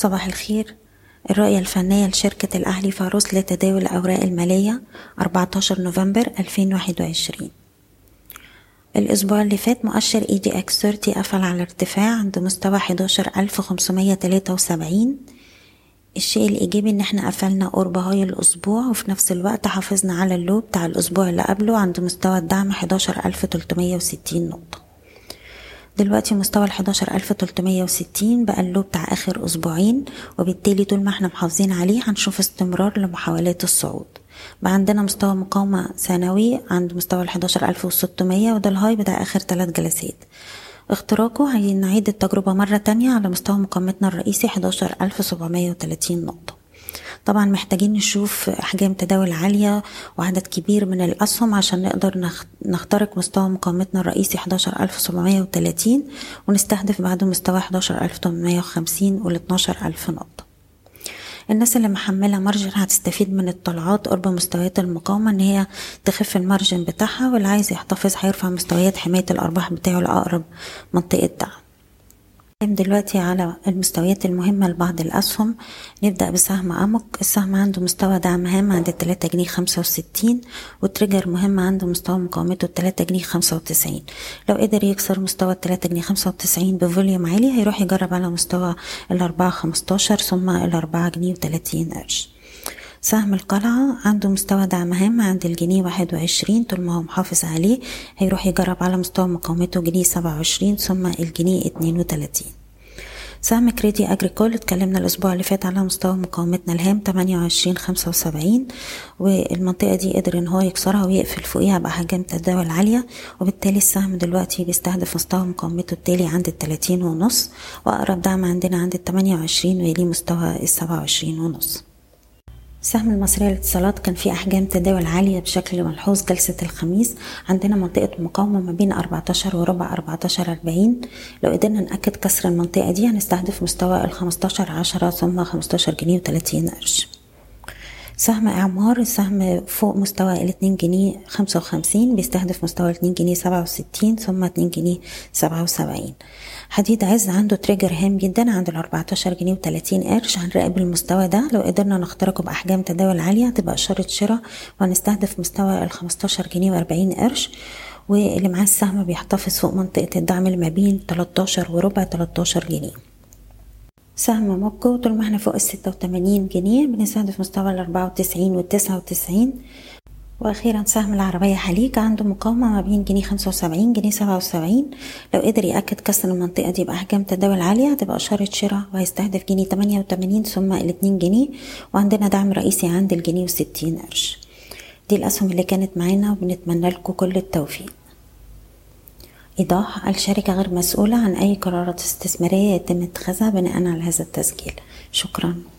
صباح الخير. الرؤية الفنية لشركة الأهلي فاروس لتداول الأوراق المالية 14 نوفمبر 2021. الأسبوع اللي فات مؤشر EDX 30 قفل على ارتفاع عند مستوى 11573. الشيء الإيجابي إن احنا قفلنا قرب هاي الأسبوع، وفي نفس الوقت حافظنا على اللو بتاع الأسبوع اللي قبله عند مستوى الدعم 11360 نقطة. دلوقتي مستوى 11360 بقى اللو بتاع آخر أسبوعين، وبالتالي طول ما احنا محافظين عليه هنشوف استمرار لمحاولات الصعود. بقى عندنا مستوى مقاومة ثانوي عند مستوى 11600، وده الهاي بتاع آخر 3 جلسات. اختراقه هنعيد التجربة مرة تانية على مستوى مقاومتنا الرئيسي 11730 نقطة. طبعا محتاجين نشوف أحجام تداول عالية وعدد كبير من الأسهم عشان نقدر نخترق مستوى مقاومتنا الرئيسي 11730 ونستهدف بعده مستوى 11850 وال 12000 نقطة. الناس اللي محملة مارجن هتستفيد من الطلعات قرب مستويات المقاومة ان هي تخف المارجن بتاعها، واللي عايز يحتفظ هيرفع مستويات حماية الأرباح بتاعه لأقرب منطقة دعم. دلوقتي على المستويات المهمة لبعض الأسهم. نبدأ بسهم أمك. السهم عنده مستوى دعم هام عند 3 جنيه 65، وتريجر مهم عنده مستوى مقاومته 3 جنيه 95. لو قدر يكسر مستوى 3 جنيه 95 بفوليوم عالي هيروح يجرب على مستوى 4 15 ثم 4 جنيه و30 قرش. سهم القلعة عنده مستوى دعم هام عند الجنيه 21، طول ما هو محافظ عليه هيروح يجرب على مستوى مقاومته جنيه 27 ثم الجنيه 32. سهم كريدي أجريكول اتكلمنا الأسبوع اللي فات على مستوى مقاومتنا الهام 28.75، والمنطقة دي قدر ان هو يكسرها ويقفل فوقيها بأحجام تداول عالية، وبالتالي السهم دلوقتي بيستهدف مستوى مقاومته التالي عند 30.5، وأقرب دعم عندنا عند 28 ويليه مستوى 27.5. سهم المصرية للاتصالات كان فيه أحجام تداول عالية بشكل ملحوظ جلسة الخميس. عندنا منطقة مقاومة ما بين 14 وربع 14.40. لو قدرنا نأكد كسر المنطقة دي هنستهدف مستوى 15.10 ثم 15 جنيه و30 قرش. سهم إعمار، السهم فوق مستوى 2 جنيه 55، بيستهدف مستوى 2 جنيه 67 ثم 2 جنيه 77. حديد عز عنده تريجر هام جدا عند 14 جنيه و30 قرش. هنراقب المستوى ده، لو قدرنا نخترقه بأحجام تداول عالية هتبقى إشارة شراء، وهنستهدف مستوى 15 جنيه و40 قرش. واللي معاه السهم بيحتفظ فوق منطقة الدعم اللي ما بين 13 وربع 13 جنيه. سهم موكو طول ما احنا فوق 86 جنيه بنستهدف مستوى 94 و 99. واخيرا سهم العربية حليق عنده مقاومة ما بين جنيه 75 جنيه 77. لو قدر يأكد كسر المنطقة دي بأحجام تداول عالية هتبقى إشارة شراء، وهيستهدف جنيه 88 ثم 2 جنيه، وعندنا دعم رئيسي عند الجنيه و60 قرش. دي الأسهم اللي كانت معانا، وبنتمنى لكم كل التوفيق. إيضاح: الشركة غير مسؤولة عن أي قرارات استثمارية يتم اتخاذها بناء على هذا التسجيل. شكرا.